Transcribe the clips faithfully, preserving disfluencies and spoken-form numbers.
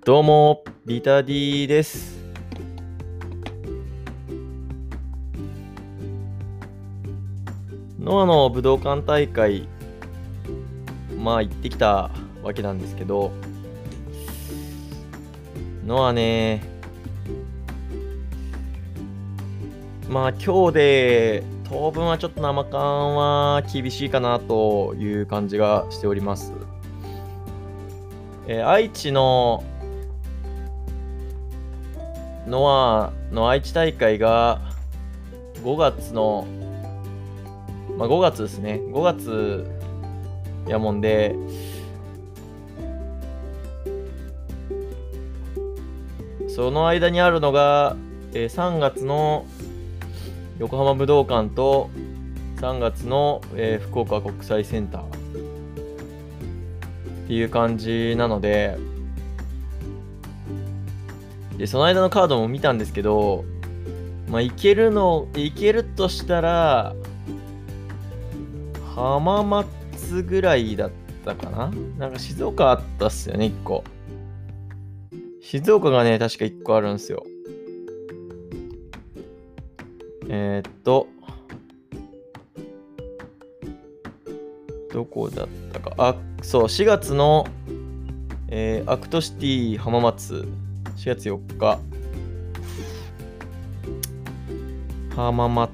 どうも、ビタディです。ノアの武道館大会、まあ行ってきたわけなんですけど、ノアね、まあ今日で当分はちょっと生感は厳しいかなという感じがしております。えー愛知のノアの愛知大会がごがつの、まあごがつですね。ごがつやもんで、その間にあるのが、えーさんがつの横浜武道館とさんがつの、えー福岡国際センターっていう感じなので、で、その間のカードも見たんですけど、まあ、いけるの、いけるとしたら、浜松ぐらいだったかな。なんか静岡あったっすよね、いっこ。静岡がね、確かいっこあるんですよ。えー、っと、どこだったか。あ、そう、しがつの、えーアクトシティ浜松、しがつよっか。浜松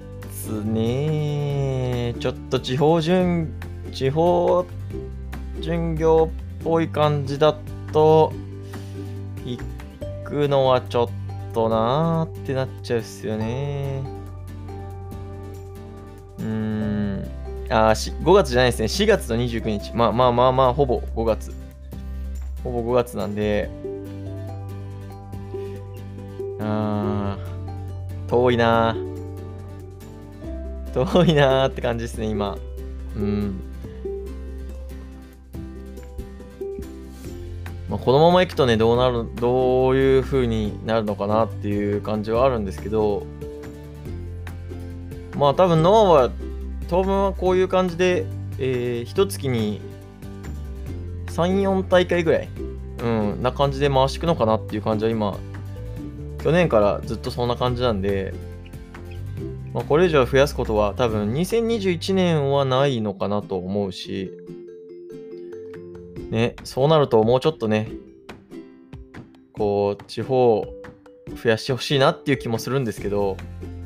ね、ちょっと地方巡、地方巡業っぽい感じだと、行くのはちょっとなーってなっちゃうっすよね。うーん。あーし、ごがつじゃないですね。しがつのにじゅうくにち。まあまあまあまあ、ほぼごがつ。ほぼごがつなんで、あー、遠いなー。遠いなーって感じですね、今。うん。まあ、このまま行くとね、どうなる、どういう風になるのかなっていう感じはあるんですけど、まあ多分ノアは、当分はこういう感じで、えー、一月にさん、よん大会ぐらい、うん、な感じで回していくのかなっていう感じは今、去年からずっとそんな感じなんで、まあ、これ以上増やすことは多分にせんにじゅういちねんはないのかなと思うし、ね、そうなるともうちょっとね、こう、地方を増やしてほしいなっていう気もするんですけど、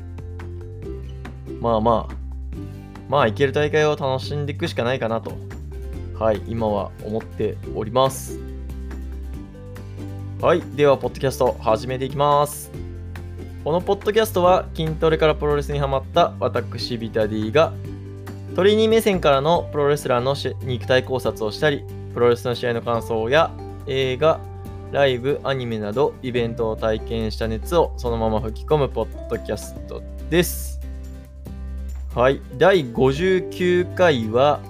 まあまあ、まあ、行ける大会を楽しんでいくしかないかなと、はい、今は思っております。はい、では、ポッドキャスト始めていきます。このポッドキャストは筋トレからプロレスにハマった私ビタディがトレーニー目線からのプロレスラーの肉体考察をしたり、プロレスの試合の感想や映画、ライブ、アニメなどイベントを体験した熱をそのまま吹き込むポッドキャストです。はい、だいごじゅうきゅうかいは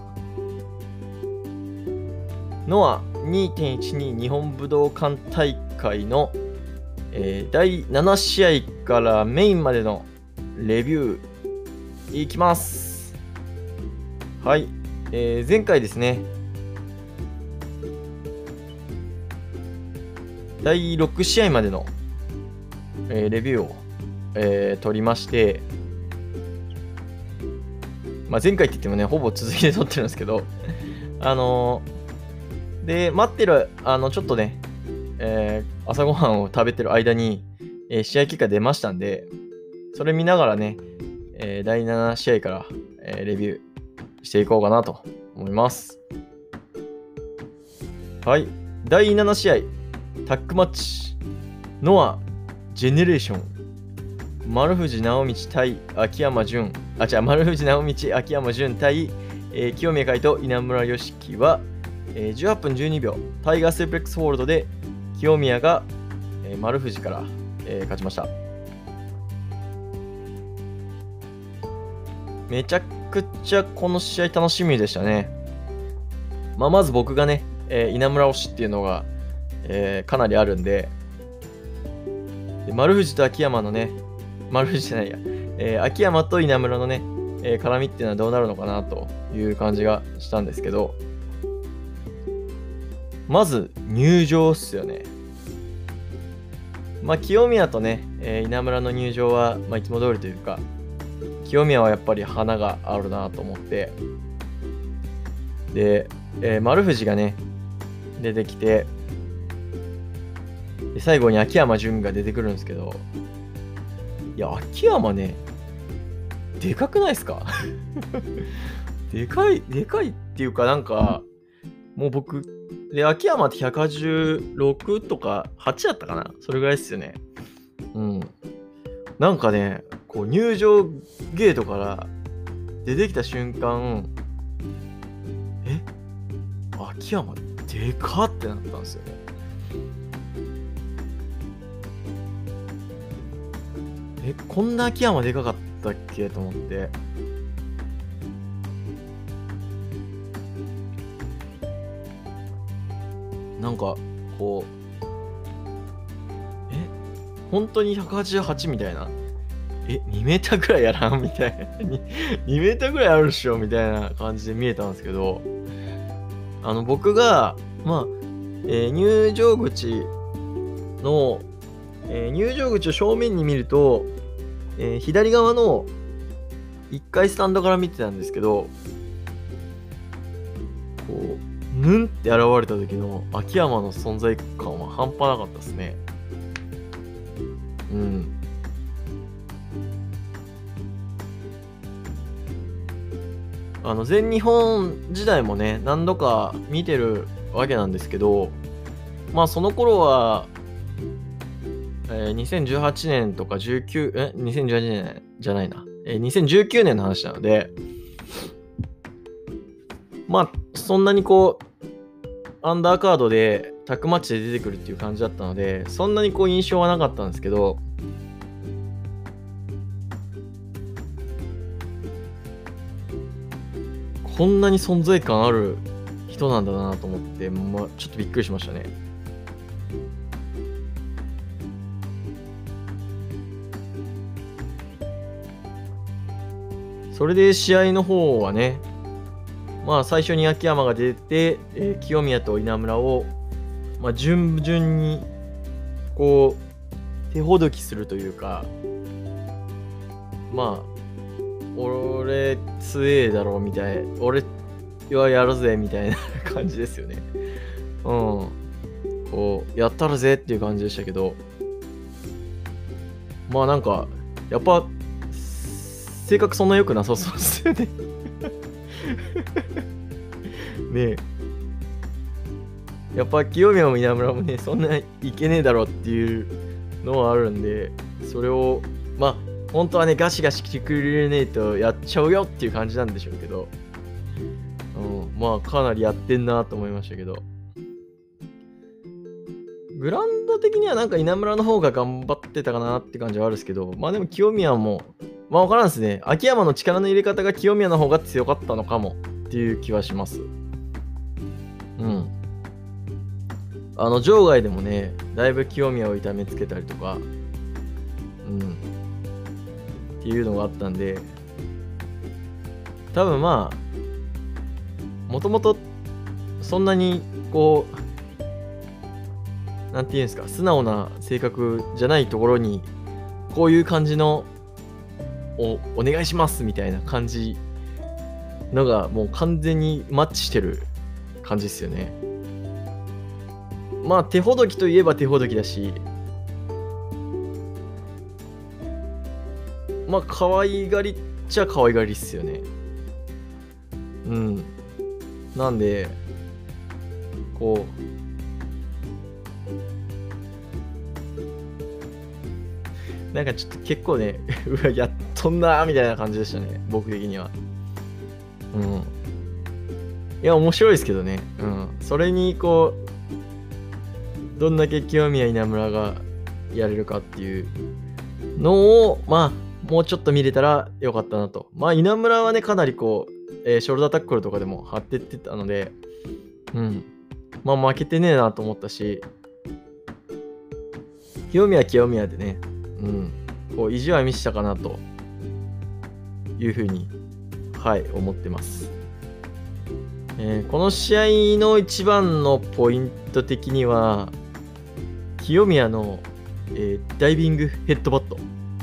ノア にてんいちに 日本武道館大会のえー、だいなな試合からメインまでのレビューいきます。はい、えー、前回ですね、だいろく試合までの、えーレビューを、えー取りまして、まあ、前回って言ってもね、ほぼ続きで撮ってるんですけど、あのーで、待ってる、あの、ちょっとね、えー朝ごはんを食べてる間に、えー試合結果出ましたんで、それ見ながらね、えーだいなな試合から、えーレビューしていこうかなと思います。はい。だいなな試合、タッグマッチ、ノア、ジェネレーション、丸藤直道対秋山純、あ、違う、丸藤直道、秋山純対、えー清宮海斗、稲村良樹は、えーじゅうはっぷんじゅうにびょう、タイガースープレックスホールドで、清宮が、えー丸藤から、えー勝ちました。めちゃくちゃこの試合楽しみでしたね。まあ、まず僕がね、えー稲村推しっていうのが、えーかなりあるんで、で丸藤と秋山のね、丸藤じゃないや、えー秋山と稲村のね、えー絡みっていうのはどうなるのかなという感じがしたんですけど、まず入場っすよね。 まあ、清宮とね、えー稲村の入場は、まあ、いつも通りというか、清宮はやっぱり花があるなと思って、で、えー丸藤がね、出てきて、で最後に秋山純が出てくるんですけど、いや、秋山ね、でかくないですかでかい、でかいっていうか、なんか、もう僕、で、秋山ってひゃくはちじゅうろくとかはちだったかな、それぐらいですよね。うん。なんかね、こう入場ゲートから出てきた瞬間、え秋山でかってなったんですよね。え、こんな秋山でかかったっけと思って。なんか、こう、え、本当にひゃくはちじゅうはちみたいな。え、にメーターぐらいやらんみたいな。にメーターぐらいあるっしょみたいな感じで見えたんですけど、あの、僕が、まあ、えー入場口の、えー入場口を正面に見ると、えー左側のいっかいスタンドから見てたんですけど、こう、ヌンって現れた時の秋山の存在感は半端なかったですね。うん。あの、全日本時代もね、何度か見てるわけなんですけど、まあその頃は、えーにせんじゅうはちねんとかじゅうきゅう、え、にせんじゅうはちねんじゃないな。えーにせんじゅうきゅうねんの話なので、まあ、そんなにこう、アンダーカードでタックマッチで出てくるっていう感じだったので、そんなにこう印象はなかったんですけど、こんなに存在感ある人なんだなと思って、まあ、ちょっとびっくりしましたね。それで試合の方はね、まあ最初に秋山が出て、えー清宮と稲村を、まあ、順々にこう手ほどきするというか、まあ俺強えだろみたい、俺はやるぜみたいな感じですよね。うん。こうやったるぜっていう感じでしたけど、まあなんかやっぱ性格そんな良くなさそうですよね。ねえ。やっぱ清宮も稲村もね、そんないけねえだろっていうのはあるんで、それを、まあ、本当はね、ガシガシ来てくれねえとやっちゃうよっていう感じなんでしょうけど、うん、まあ、かなりやってんなと思いましたけど、グラウンド的にはなんか稲村の方が頑張ってたかなって感じはあるんですけど、まあでも清宮も、まあわからんですね。秋山の力の入れ方が清宮の方が強かったのかもっていう気はします。うん。あの場外でもね、だいぶ清宮を痛めつけたりとか、うん、っていうのがあったんで、多分まあ、もともとそんなにこう、なんていうんですか、素直な性格じゃないところに、こういう感じの、お、お願いしますみたいな感じのがもう完全にマッチしてる感じですよね。まあ手ほどきといえば手ほどきだし、まあ可愛がりっちゃ可愛がりっすよね。うん。なんで、こう、なんかちょっと結構ね、うわ、やっとんなーみたいな感じでしたね、僕的には。うん。いや、面白いですけどね。うん。それに、こう、どんだけ清宮稲村がやれるかっていうのを、まあ、もうちょっと見れたらよかったなと。まあ、稲村はね、かなりこう、えーショルダータックルとかでも張ってってたので、うん。まあ、負けてねえなと思ったし、清宮は清宮でね、うん。こう、意地は見せたかなというふうに、はい、思ってます。えーこの試合の一番のポイント的には、清宮のえー、ダイビングヘッドバット。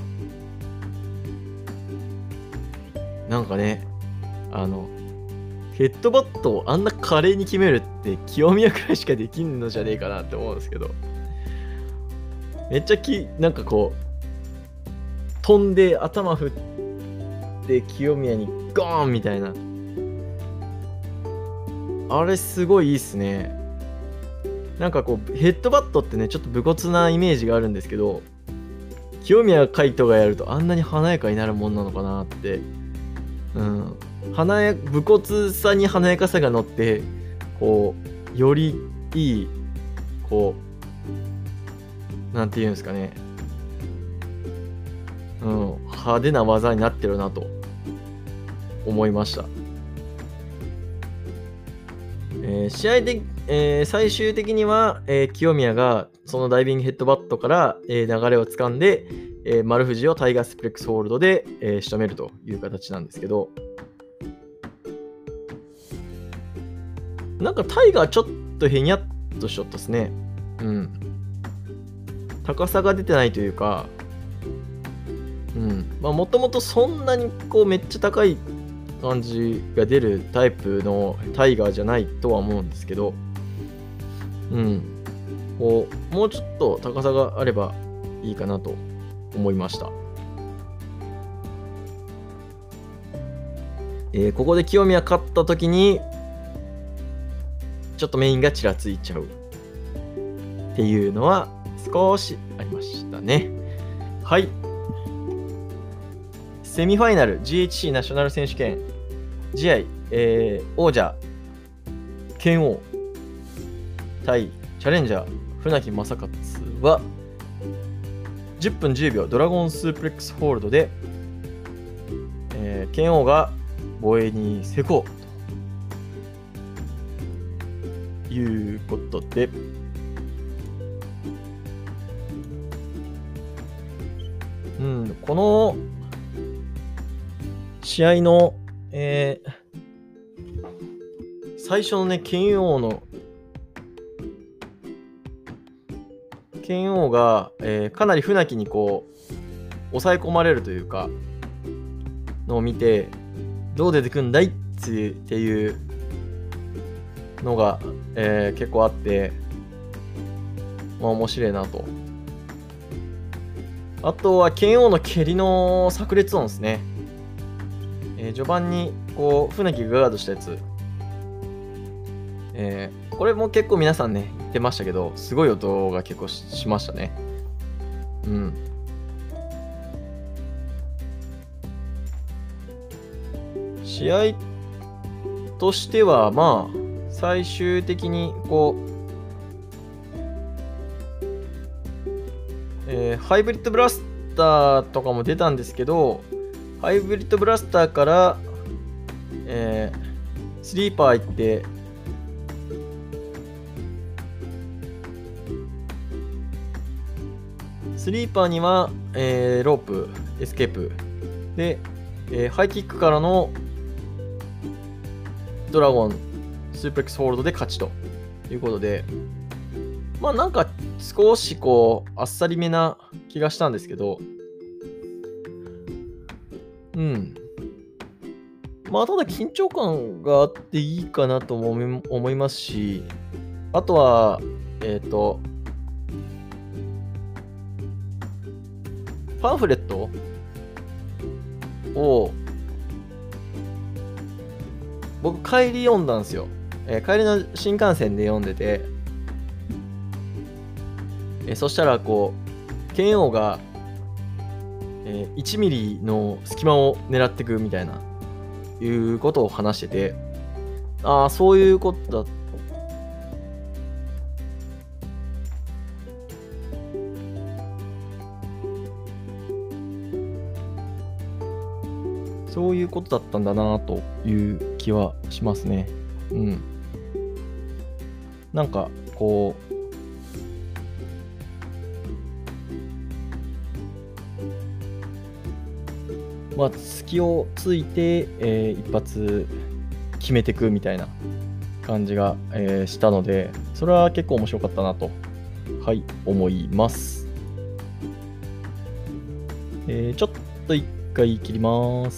なんかね、あの、ヘッドバットをあんな華麗に決めるって清宮くらいしかできんのじゃねえかなって思うんですけど、めっちゃき、なんかこう、飛んで頭振って清宮にゴーンみたいな。あれすごいいいっすね。なんかこう、ヘッドバットってね、ちょっと武骨なイメージがあるんですけど、清宮海斗がやるとあんなに華やかになるもんなのかなって。うん。華や、武骨さに華やかさが乗って、こう、よりいい、こう、なんていうんですかね。うん、派手な技になってるなと思いました。えー、試合で、えー、最終的には、えー、清宮がそのダイビングヘッドバットから、えー、流れをつかんで、えー、丸藤をタイガースプレックスホールドで、えー、仕留めるという形なんですけど、なんかタイガーちょっとへにゃっとしちゃったですね。うん。高さが出てないというか、うん。まあもともとそんなにこうめっちゃ高い感じが出るタイプのタイガーじゃないとは思うんですけど、うん。こう、もうちょっと高さがあればいいかなと思いました。えー、ここで清宮勝った時に、ちょっとメインがちらついちゃうっていうのは少しありましたね。はい。セミファイナル ジーエイチシー ナショナル選手権試合、えー、王者拳王対チャレンジャー船木正勝はじゅっぷんじゅうびょうドラゴンスープレックスホールドで、えー、拳王が防衛に成功ということで、うん、この試合の、えー、最初のね、拳王の拳王が、えー、かなり船木にこう抑え込まれるというかのを見て、どう出てくんだいっていうのが、えー、結構あって、まあ面白いなと。あとは拳王の蹴りの炸裂音ですね。えー、序盤にこう船木がガードしたやつ、えー、これも結構皆さんね言ってましたけど、すごい音が結構 し, しましたね。うん。試合としてはまあ最終的にこう、えー、ハイブリッドブラスターとかも出たんですけど、ハイブリッドブラスターから、えー、スリーパー行って、スリーパーには、えー、ロープ、エスケープで、えー、ハイキックからのドラゴン、スープレックスホールドで勝ちということで、まあなんか少しこうあっさりめな気がしたんですけど、うん。まあただ緊張感があっていいかなとも思いますし、あとは、えっと、パンフレットを僕帰り読んだんですよ。えー、帰りの新幹線で読んでて、えー、そしたらこう拳王が、えー、いちミリの隙間を狙っていくみたいないうことを話してて、ああそういうことだ。そういうことだったんだなという気はしますね。うん。なんかこう、まあ隙をついて、えー、一発決めていくみたいな感じが、えー、したので、それは結構面白かったなと、はい、思います。 えー、ちょっと一回切ります。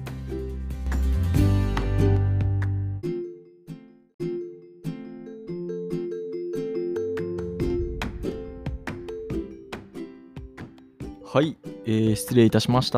はい、えー、失礼いたしました。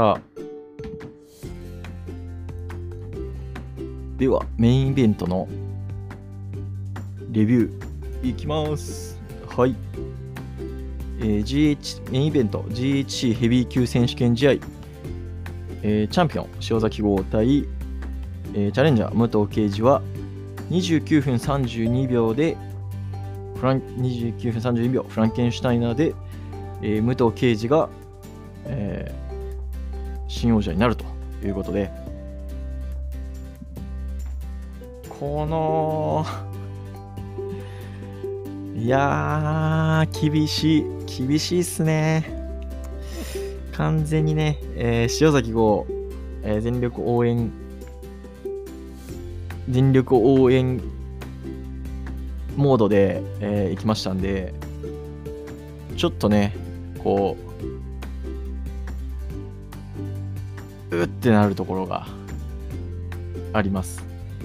では、メインイベントのレビューいきます。はい。えー、ジーエイチ メインイベント ジーエイチシー ヘビー級選手権試合、えー、チャンピオン塩崎豪対、えー、チャレンジャー武藤敬司はにじゅうきゅうふんさんじゅうにびょうでフランにじゅうきゅうふんさんじゅうにびょうフランケンシュタイナーで、えー、武藤敬司が、えー、新王者になるということで、このいやー厳しい厳しいっすね。完全にね、えー、塩崎豪、えー、全力応援全力応援モードで、えー、行きましたんで、ちょっとねこううってなるところがあります。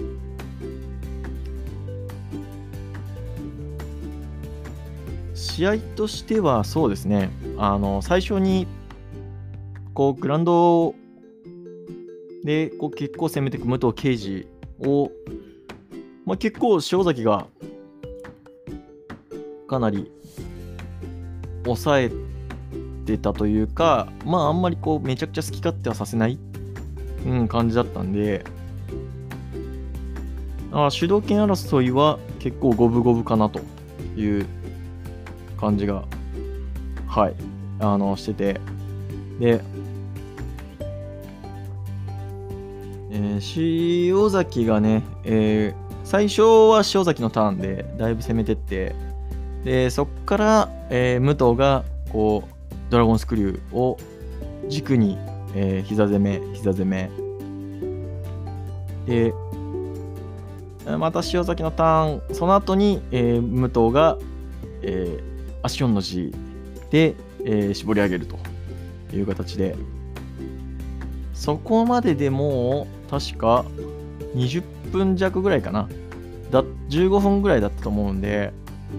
試合としてはそうですね、あの最初にこうグラウンドでこう結構攻めていく武藤敬司を、まあ、結構塩崎がかなり抑えてたというか、まああんまりこうめちゃくちゃ好き勝手はさせない、うん、感じだったんで、あ主導権争いは結構五分五分かなという感じがはいあのしてて、で、えー、塩崎がね、えー、最初は塩崎のターンでだいぶ攻めてって、でそっから、えー、武藤がこうドラゴンスクリューを軸に、えー、膝攻め膝攻めで、また塩崎のターン、その後に、えー、武藤が、えー足よんの字で、えー、絞り上げるという形で、そこまででもう確かにじゅっぷん弱ぐらいかなだじゅうごふんぐらいだったと思うんで、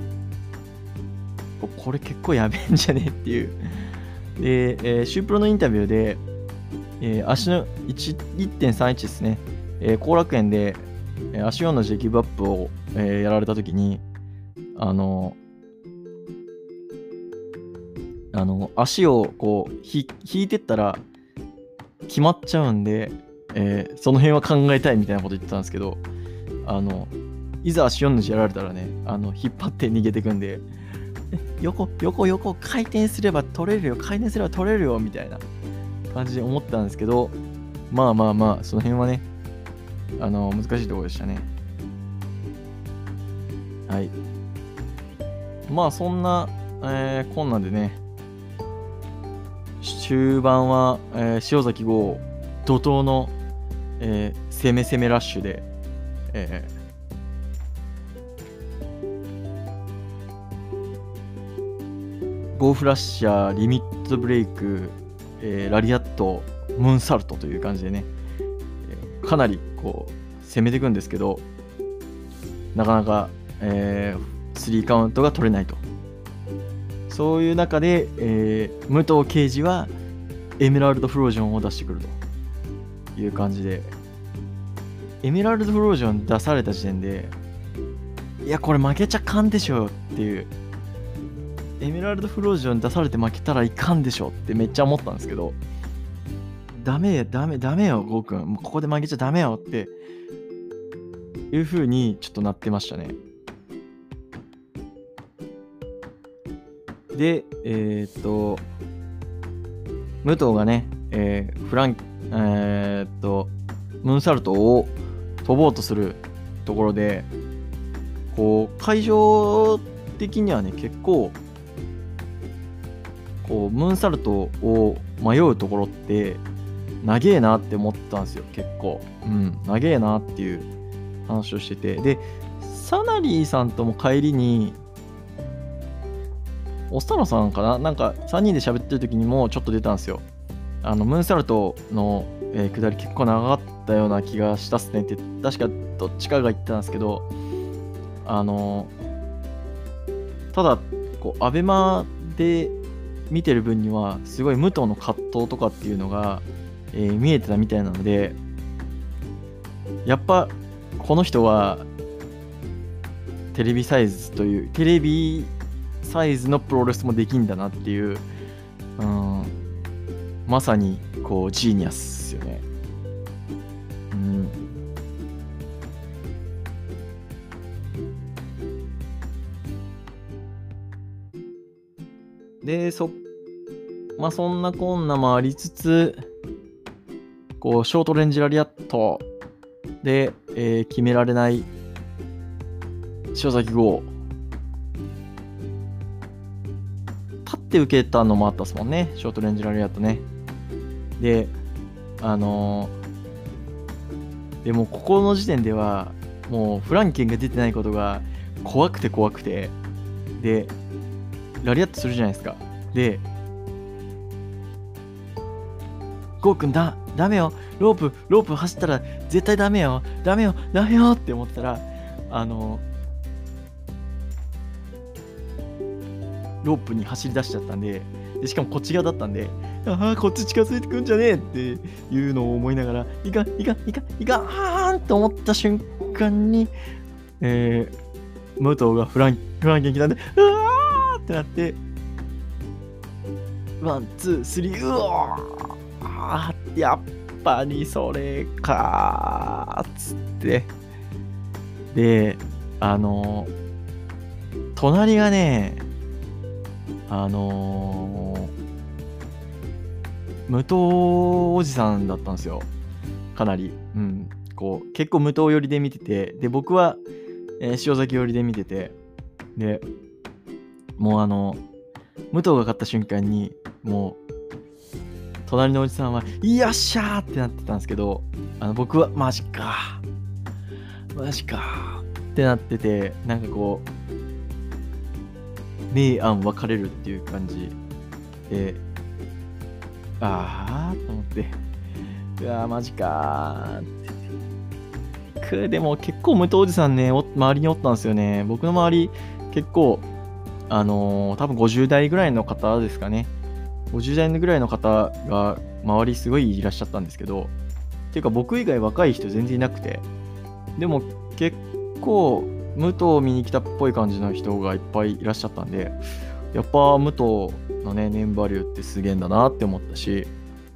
これ結構やべえんじゃねっていうで、えー、シュープロのインタビューで、えー、足の いってんさんいち ですね、えー、後楽園で、えー、足よんの字でギブアップを、えー、やられた時にあのあの足をこうひ引いてったら決まっちゃうんで、えー、その辺は考えたいみたいなこと言ってたんですけど、あのいざ足よんの字やられたらね、あの引っ張って逃げてくんで、横横横回転すれば取れるよ回転すれば取れるよみたいな感じで思ったんですけど、まあまあまあその辺はねあの難しいところでしたね。はい、まあそんな、えー、こんなんでね、終盤は、えー、塩崎豪怒涛の、えー、攻め攻めラッシュで、えー、ゴーフラッシャーリミットブレイク、えー、ラリアットムーンサルトという感じでね、えー、かなりこう攻めていくんですけど、なかなか、えー、スリーカウントが取れないと。そういう中で、えー、武藤敬司はエメラルドフロージョンを出してくるという感じで、エメラルドフロージョン出された時点で、いやこれ負けちゃかんでしょっていう、エメラルドフロージョン出されて負けたらいかんでしょってめっちゃ思ったんですけど、ダメダメダメよゴーくん、もうここで負けちゃダメよっていう風にちょっとなってましたね。で、えー、っと、武藤がね、えー、フラン、えー、っと、ムーンサルトを飛ぼうとするところで、こう、会場的にはね、結構、こう、ムーンサルトを迷うところって、長えなって思ったんですよ、結構。うん、長えなっていう話をしてて。で、サナリーさんとも帰りに、オスタロさんかななんかさんにんで喋ってる時にもちょっと出たんですよ。 あのムーンサルトの、えー、下り結構長かったような気がしたっすねって確かどっちかが言ってたんですけど、あのただこうアベマで見てる分にはすごい武藤の葛藤とかっていうのが、えー、見えてたみたいなので、やっぱこの人はテレビサイズというテレビサイズのプロレスもできんだなっていう、うん、まさにこうジーニアスよね。うん。で、そ、まあそんなこんなもありつつ、こうショートレンジラリアットで、えー、決められない塩崎豪。立って受けたのもあったっすもんね、ショートレンジラリアットね。で、あのー、でもここの時点では、もうフランケンが出てないことが怖くて怖くて、で、ラリアットするじゃないですか。で、ゴーくんだ、ダメよ、ロープ、ロープ走ったら絶対ダメよ、ダメよ、ダメよって思ったら、あのー、ロープに走り出しちゃったんで、でしかもこっち側だったんで、ああ、こっち近づいてくんじゃねえっていうのを思いながら、いかん、いかん、いかん、いかん、はーんと思った瞬間に、えー、武藤がフラン、フランケン来たんで、うわーってなって、ワン、ツー、スリー、うわーあーやっぱりそれかーっつって。で、あのー、隣がね、あのー、武藤おじさんだったんですよ。かなり。うん。こう、結構武藤寄りで見てて、で、僕は、えー、塩崎寄りで見てて、で、もうあの、武藤が勝った瞬間に、もう、隣のおじさんは、よっしゃーってなってたんですけど、あの僕は、マジかマジかってなってて、なんかこう、明暗分かれるっていう感じで、あーと思って、うわーマジかーって。でも結構武藤おじさんね、周りにおったんですよね。僕の周り、結構、あのー、多分ごじゅう代ぐらいの方ですかね。ごじゅう代ぐらいの方が周りすごいいらっしゃったんですけど、っていうか僕以外若い人全然いなくて、でも結構武藤を見に来たっぽい感じの人がいっぱいいらっしゃったんで、やっぱ武藤のね、ネームバリューってすげえんだなって思ったし、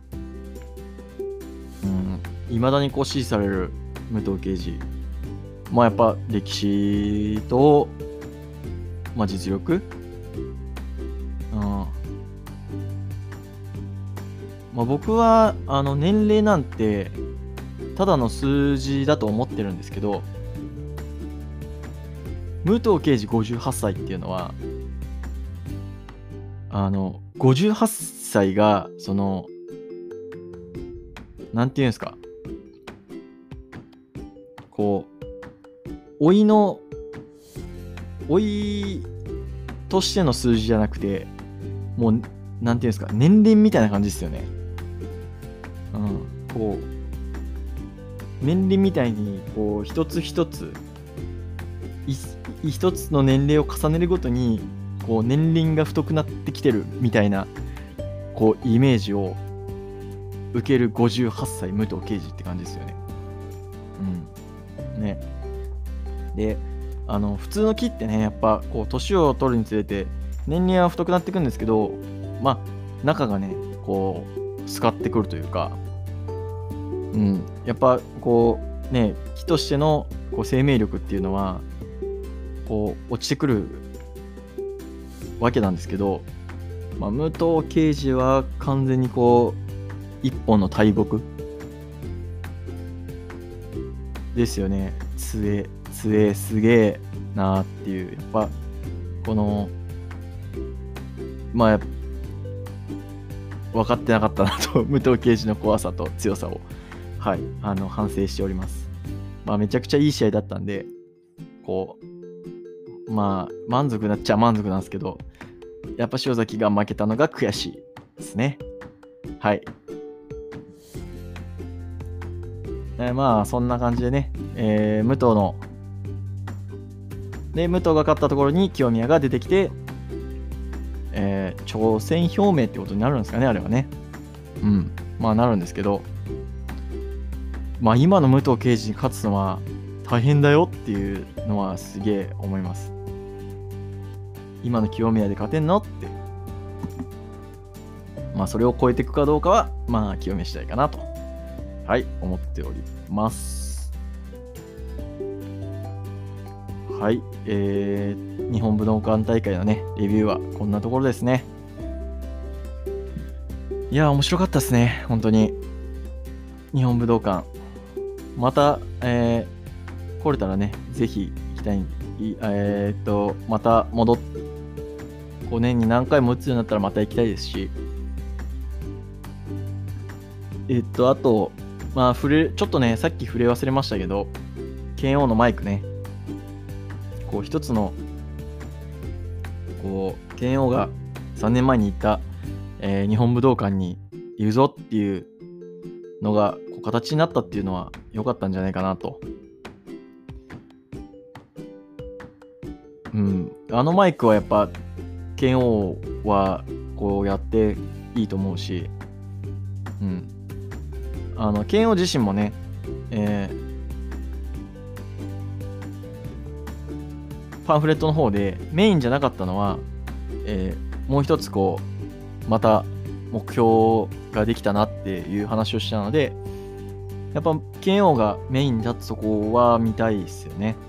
うん、未だにこう支持される武藤敬司、まあやっぱ歴史と、まあ実力、うん、まあ、僕はあの年齢なんてただの数字だと思ってるんですけど、武藤敬司ごじゅうはっさいっていうのは、あのごじゅうはっさいがそのなんていうんですか、こう老いの老いとしての数字じゃなくて、もうなんていうんですか、年輪みたいな感じですよね。うん、こう年輪みたいにこう一つ一つ一つの年齢を重ねるごとにこう年輪が太くなってきてるみたいなこうイメージを受けるごじゅうはっさい武藤敬司って感じですよね。うん。ね。で、あの普通の木ってね、やっぱこう年を取るにつれて年輪は太くなっていくんですけど、まあ中がねこうスカってくるというか、うん、やっぱこうね、木としてのこう生命力っていうのはこう落ちてくるわけなんですけど、まあ、武藤敬司は完全にこう一本の大木ですよね。つえつえすげえなーっていう、やっぱこのまあ分かってなかったなと武藤敬司の怖さと強さを、はい、あの反省しております。まあめちゃくちゃいい試合だったんで、こうまあ満足なっちゃ満足なんですけど、やっぱ塩崎が負けたのが悔しいですね。はい。 えー、まあそんな感じでね、えー、武藤ので武藤が勝ったところに清宮が出てきて、えー、挑戦表明ってことになるんですかね、あれはね。うんまあなるんですけど、まあ今の武藤敬司に勝つのは大変だよっていうのはすげえ思います。今の清宮で勝てんのって、まあそれを超えていくかどうかはまあ清宮次第かなとはい思っております。はい、えー、日本武道館大会のねレビューはこんなところですね。いや面白かったですね、本当に。日本武道館また、えー、来れたらねぜひ行きたい。えー、っとまた戻ってごねんに何回も打つようになったらまた行きたいですし、えっとあとまあ触れちょっとねさっき触れ忘れましたけど、剣王のマイクね、こう一つのこう剣王がさんねんまえに行った、えー、日本武道館にいるぞっていうのがこう形になったっていうのは良かったんじゃないかなと。うん、あのマイクはやっぱ剣王はこうやっていいと思うし、うん、あの剣王自身もね、えー、パンフレットの方でメインじゃなかったのは、えー、もう一つこうまた目標ができたなっていう話をしたので、やっぱ剣王がメインだったそこは見たいですよね。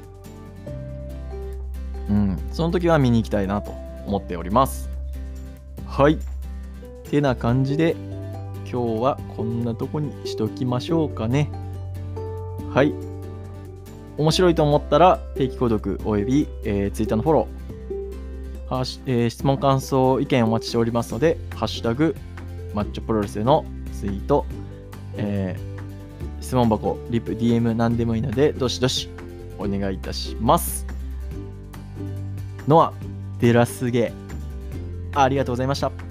うん、その時は見に行きたいなと思っております。はい。てな感じで今日はこんなとこにしときましょうかね。はい。面白いと思ったら定期購読および、えー、Twitter のフォロー、はしえー、質問感想意見お待ちしておりますので、ハッシュタグマッチョプロレスのツイート、えー、質問箱、リプ、ディーエム 何でもいいのでどしどしお願いいたします。ノア・デラスゲありがとうございました。